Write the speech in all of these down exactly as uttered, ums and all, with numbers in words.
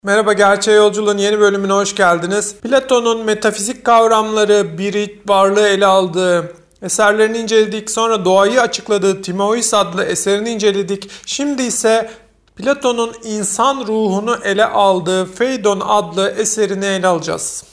Merhaba, Gerçeğe Yolculuğun yeni bölümüne hoş geldiniz. Platon'un metafizik kavramları, biri varlığı ele aldığı eserlerini inceledik. Sonra doğayı açıkladığı Timois adlı eserini inceledik. Şimdi ise Platon'un insan ruhunu ele aldığı Phaedon adlı eserini ele alacağız.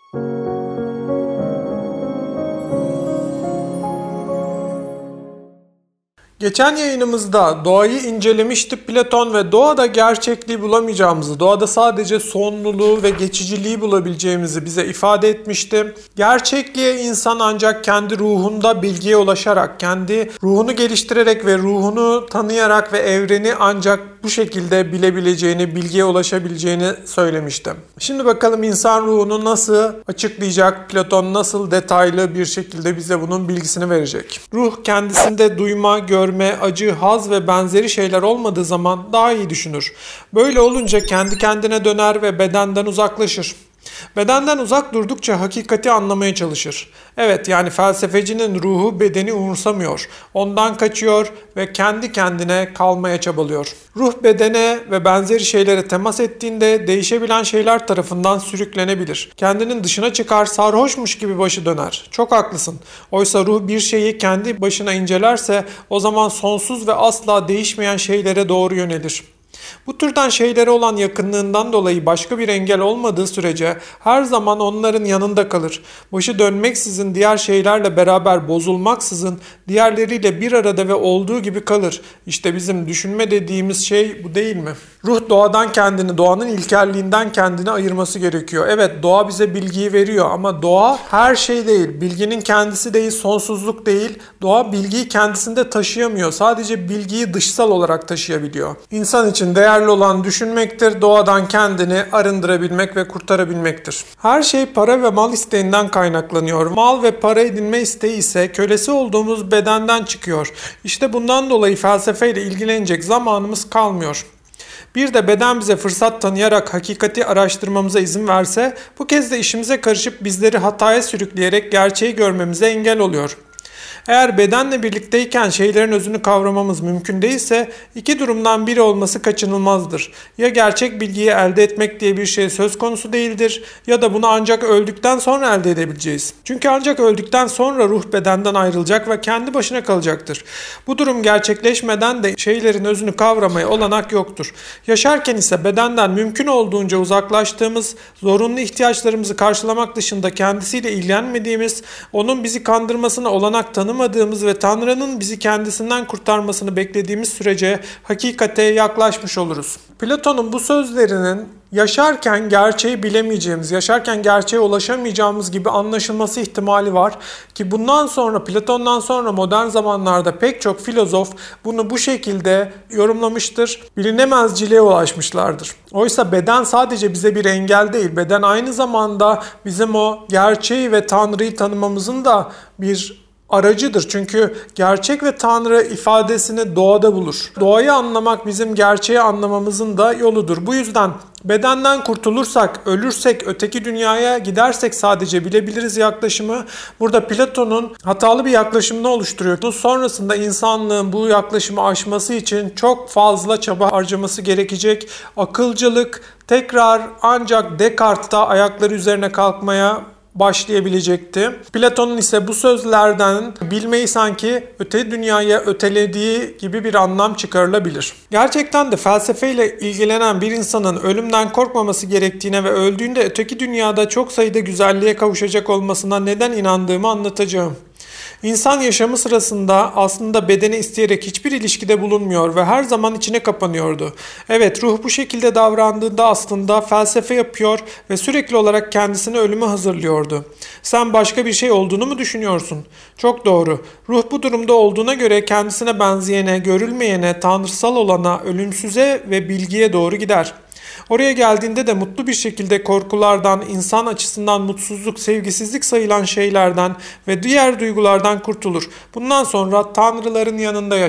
Geçen yayınımızda doğayı incelemişti Platon ve doğada gerçekliği bulamayacağımızı, doğada sadece sonluluğu ve geçiciliği bulabileceğimizi bize ifade etmişti. Gerçekliğe insan ancak kendi ruhunda bilgiye ulaşarak, kendi ruhunu geliştirerek ve ruhunu tanıyarak ve evreni ancak bu şekilde bilebileceğini, bilgiye ulaşabileceğini söylemiştim. Şimdi bakalım insan ruhunu nasıl açıklayacak, Platon nasıl detaylı bir şekilde bize bunun bilgisini verecek. Ruh kendisinde duyma, görme, acı, haz ve benzeri şeyler olmadığı zaman daha iyi düşünür. Böyle olunca kendi kendine döner ve bedenden uzaklaşır. Bedenden uzak durdukça hakikati anlamaya çalışır. Evet, yani felsefecinin ruhu bedeni umursamıyor. Ondan kaçıyor ve kendi kendine kalmaya çabalıyor. Ruh bedene ve benzeri şeylere temas ettiğinde değişebilen şeyler tarafından sürüklenebilir. Kendinin dışına çıkar, sarhoşmuş gibi başı döner. Çok haklısın. Oysa ruh bir şeyi kendi başına incelerse o zaman sonsuz ve asla değişmeyen şeylere doğru yönelir. Bu türden şeylere olan yakınlığından dolayı başka bir engel olmadığı sürece her zaman onların yanında kalır. Başı dönmeksizin, diğer şeylerle beraber bozulmaksızın diğerleriyle bir arada ve olduğu gibi kalır. İşte bizim düşünme dediğimiz şey bu değil mi? Ruh doğadan kendini, doğanın ilkelliğinden kendini ayırması gerekiyor. Evet, doğa bize bilgiyi veriyor ama doğa her şey değil. Bilginin kendisi değil, sonsuzluk değil. Doğa bilgiyi kendisinde taşıyamıyor. Sadece bilgiyi dışsal olarak taşıyabiliyor. İnsan için değerli olan düşünmektir, doğadan kendini arındırabilmek ve kurtarabilmektir. Her şey para ve mal isteğinden kaynaklanıyor. Mal ve para edinme isteği ise kölesi olduğumuz bedenden çıkıyor. İşte bundan dolayı felsefeyle ilgilenecek zamanımız kalmıyor. Bir de beden bize fırsat tanıyarak hakikati araştırmamıza izin verse, bu kez de işimize karışıp bizleri hataya sürükleyerek gerçeği görmemize engel oluyor. Eğer bedenle birlikteyken şeylerin özünü kavramamız mümkün değilse iki durumdan biri olması kaçınılmazdır. Ya gerçek bilgiyi elde etmek diye bir şey söz konusu değildir ya da bunu ancak öldükten sonra elde edebileceğiz. Çünkü ancak öldükten sonra ruh bedenden ayrılacak ve kendi başına kalacaktır. Bu durum gerçekleşmeden de şeylerin özünü kavramaya olanak yoktur. Yaşarken ise bedenden mümkün olduğunca uzaklaştığımız, zorunlu ihtiyaçlarımızı karşılamak dışında kendisiyle ilgilenmediğimiz, onun bizi kandırmasına olanak tanımadığımız ve Tanrı'nın bizi kendisinden kurtarmasını beklediğimiz sürece hakikate yaklaşmış oluruz. Platon'un bu sözlerinin yaşarken gerçeği bilemeyeceğimiz, yaşarken gerçeğe ulaşamayacağımız gibi anlaşılması ihtimali var ki bundan sonra, Platon'dan sonra modern zamanlarda pek çok filozof bunu bu şekilde yorumlamıştır. Bilinemezciliğe ulaşmışlardır. Oysa beden sadece bize bir engel değil, beden aynı zamanda bizim o gerçeği ve Tanrı'yı tanımamızın da bir aracıdır. Çünkü gerçek ve Tanrı ifadesini doğada bulur. Doğayı anlamak bizim gerçeği anlamamızın da yoludur. Bu yüzden bedenden kurtulursak, ölürsek, öteki dünyaya gidersek sadece bilebiliriz yaklaşımı burada Platon'un hatalı bir yaklaşımını oluşturuyor. Sonrasında insanlığın bu yaklaşımı aşması için çok fazla çaba harcaması gerekecek. Akılcılık tekrar ancak Descartes'ta ayakları üzerine kalkmaya başlayabilecekti. Platon'un ise bu sözlerden bilmeyi sanki öte dünyaya ötelediği gibi bir anlam çıkarılabilir. Gerçekten de felsefeyle ilgilenen bir insanın ölümden korkmaması gerektiğine ve öldüğünde öteki dünyada çok sayıda güzelliğe kavuşacak olmasına neden inandığımı anlatacağım. İnsan yaşamı sırasında aslında bedeni isteyerek hiçbir ilişkide bulunmuyor ve her zaman içine kapanıyordu. Evet, ruh bu şekilde davrandığında aslında felsefe yapıyor ve sürekli olarak kendisini ölüme hazırlıyordu. Sen başka bir şey olduğunu mu düşünüyorsun? Çok doğru. Ruh bu durumda olduğuna göre kendisine benzeyene, görülmeyene, tanrısal olana, ölümsüze ve bilgiye doğru gider. Oraya geldiğinde de mutlu bir şekilde korkulardan, insan açısından mutsuzluk, sevgisizlik sayılan şeylerden ve diğer duygulardan kurtulur. Bundan sonra tanrıların yanında yaşar.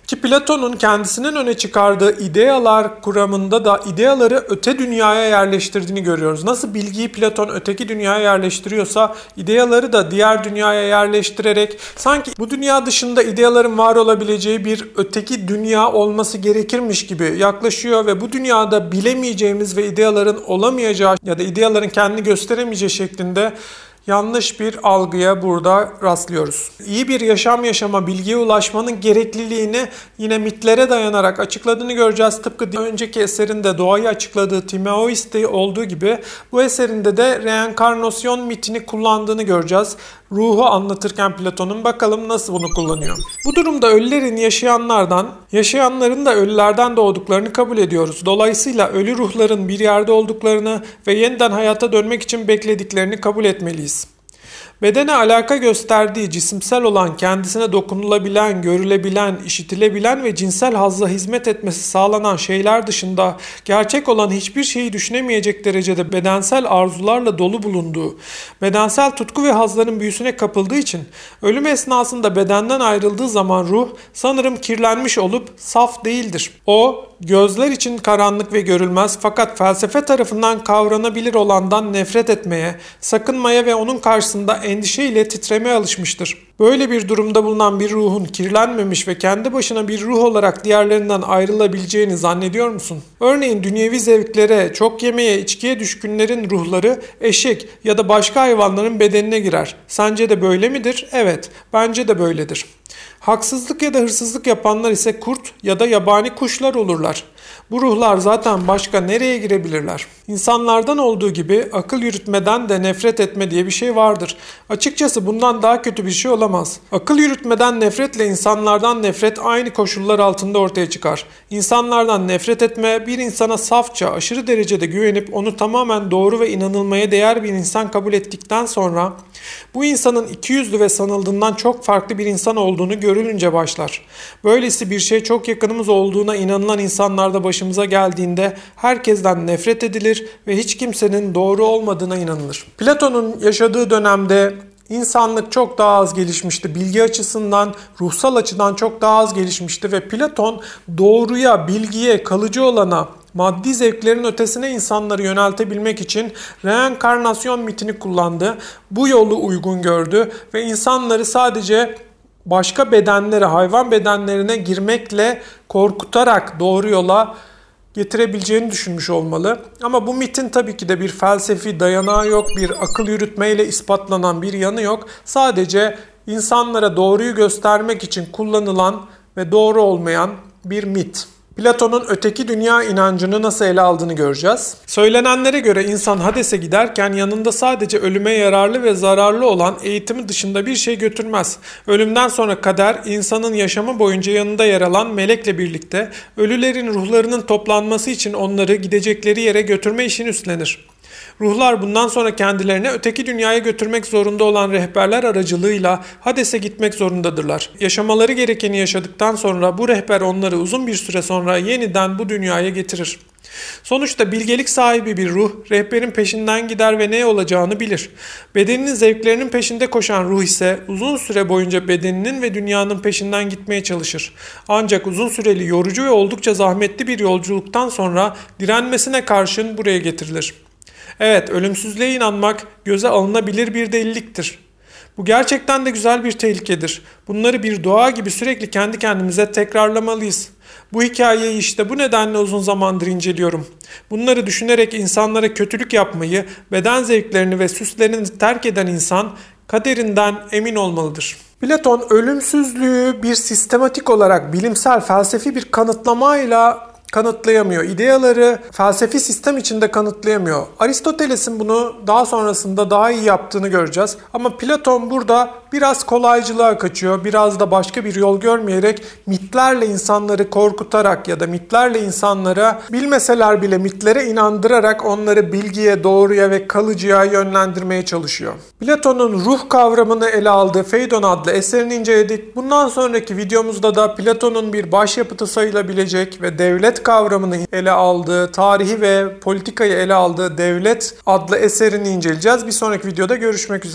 Ki Platon'un kendisinin öne çıkardığı idealar kuramında da ideaları öte dünyaya yerleştirdiğini görüyoruz. Nasıl bilgiyi Platon öteki dünyaya yerleştiriyorsa ideaları da diğer dünyaya yerleştirerek sanki bu dünya dışında ideaların var olabileceği bir öteki dünya olması gerekirmiş gibi yaklaşıyor ve bu dünyada bilemeyeceğimiz ve ideaların olamayacağı ya da ideaların kendini gösteremeyeceği şeklinde yanlış bir algıya burada rastlıyoruz. İyi bir yaşam yaşama, bilgiye ulaşmanın gerekliliğini yine mitlere dayanarak açıkladığını göreceğiz. Tıpkı önceki eserinde doğayı açıkladığı Timaeus'te olduğu gibi bu eserinde de reenkarnasyon mitini kullandığını göreceğiz. Ruhu anlatırken Platon'un bakalım nasıl bunu kullanıyor. Bu durumda ölülerin yaşayanlardan, yaşayanların da ölülerden doğduklarını kabul ediyoruz. Dolayısıyla ölü ruhların bir yerde olduklarını ve yeniden hayata dönmek için beklediklerini kabul etmeliyiz. Bedene alaka gösterdiği cisimsel olan, kendisine dokunulabilen, görülebilen, işitilebilen ve cinsel hazza hizmet etmesi sağlanan şeyler dışında gerçek olan hiçbir şeyi düşünemeyecek derecede bedensel arzularla dolu bulunduğu, bedensel tutku ve hazların büyüsüne kapıldığı için ölüm esnasında bedenden ayrıldığı zaman ruh sanırım kirlenmiş olup saf değildir. O, gözler için karanlık ve görülmez fakat felsefe tarafından kavranabilir olandan nefret etmeye, sakınmaya ve onun karşısında endişeyle titremeye alışmıştır. Böyle bir durumda bulunan bir ruhun kirlenmemiş ve kendi başına bir ruh olarak diğerlerinden ayrılabileceğini zannediyor musun? Örneğin dünyevi zevklere, çok yemeye, içkiye düşkünlerin ruhları eşek ya da başka hayvanların bedenine girer. Sence de böyle midir? Evet, bence de böyledir. Haksızlık ya da hırsızlık yapanlar ise kurt ya da yabani kuşlar olurlar. Bu ruhlar zaten başka nereye girebilirler? İnsanlardan olduğu gibi akıl yürütmeden de nefret etme diye bir şey vardır. Açıkçası bundan daha kötü bir şey olamaz. Akıl yürütmeden nefretle insanlardan nefret aynı koşullar altında ortaya çıkar. İnsanlardan nefret etme, bir insana safça, aşırı derecede güvenip onu tamamen doğru ve inanılmaya değer bir insan kabul ettikten sonra bu insanın ikiyüzlü ve sanıldığından çok farklı bir insan olduğunu görülünce başlar. Böylesi bir şey çok yakınımız olduğuna inanılan insanlarda başımıza geldiğinde herkesten nefret edilir ve hiç kimsenin doğru olmadığına inanılır. Platon'un yaşadığı dönemde İnsanlık çok daha az gelişmişti. Bilgi açısından, ruhsal açıdan çok daha az gelişmişti ve Platon doğruya, bilgiye, kalıcı olana, maddi zevklerin ötesine insanları yöneltebilmek için reenkarnasyon mitini kullandı. Bu yolu uygun gördü ve insanları sadece başka bedenlere, hayvan bedenlerine girmekle korkutarak doğru yola getirebileceğini düşünmüş olmalı. Ama bu mitin tabii ki de bir felsefi dayanağı yok, bir akıl yürütmeyle ispatlanan bir yanı yok. Sadece insanlara doğruyu göstermek için kullanılan ve doğru olmayan bir mit. Platon'un öteki dünya inancını nasıl ele aldığını göreceğiz. Söylenenlere göre insan Hades'e giderken yanında sadece ölüme yararlı ve zararlı olan eğitimi dışında bir şey götürmez. Ölümden sonra kader, insanın yaşamı boyunca yanında yer alan melekle birlikte ölülerin ruhlarının toplanması için onları gidecekleri yere götürme işini üstlenir. Ruhlar bundan sonra kendilerini öteki dünyaya götürmek zorunda olan rehberler aracılığıyla Hades'e gitmek zorundadırlar. Yaşamaları gerekeni yaşadıktan sonra bu rehber onları uzun bir süre sonra yeniden bu dünyaya getirir. Sonuçta bilgelik sahibi bir ruh, rehberin peşinden gider ve ne olacağını bilir. Bedeninin zevklerinin peşinde koşan ruh ise uzun süre boyunca bedeninin ve dünyanın peşinden gitmeye çalışır. Ancak uzun süreli, yorucu ve oldukça zahmetli bir yolculuktan sonra direnmesine karşın buraya getirilir. Evet, ölümsüzlüğe inanmak göze alınabilir bir deliliktir. Bu gerçekten de güzel bir tehlikedir. Bunları bir dua gibi sürekli kendi kendimize tekrarlamalıyız. Bu hikayeyi işte bu nedenle uzun zamandır inceliyorum. Bunları düşünerek insanlara kötülük yapmayı, beden zevklerini ve süslerini terk eden insan kaderinden emin olmalıdır. Platon ölümsüzlüğü bir sistematik olarak bilimsel felsefi bir kanıtlamayla kanıtlayamıyor. İdeaları felsefi sistem içinde kanıtlayamıyor. Aristoteles'in bunu daha sonrasında daha iyi yaptığını göreceğiz. Ama Platon burada biraz kolaycılığa kaçıyor. Biraz da başka bir yol görmeyerek mitlerle insanları korkutarak ya da mitlerle insanlara bilmeseler bile mitlere inandırarak onları bilgiye, doğruya ve kalıcıya yönlendirmeye çalışıyor. Platon'un ruh kavramını ele aldığı Phaedon adlı eserini inceledik. Bundan sonraki videomuzda da Platon'un bir başyapıtı sayılabilecek ve devlet kavramını ele aldığı, tarihi ve politikayı ele aldığı Devlet adlı eserini inceleyeceğiz. Bir sonraki videoda görüşmek üzere.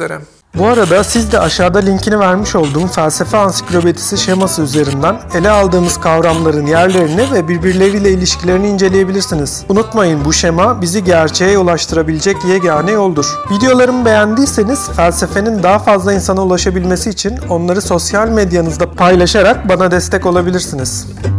Bu arada siz de aşağıda linkini vermiş olduğum felsefe ansiklopedisi şeması üzerinden ele aldığımız kavramların yerlerini ve birbirleriyle ilişkilerini inceleyebilirsiniz. Unutmayın, bu şema bizi gerçeğe ulaştırabilecek yegane yoldur. Videolarımı beğendiyseniz felsefenin daha fazla insana ulaşabilmesi için onları sosyal medyanızda paylaşarak bana destek olabilirsiniz.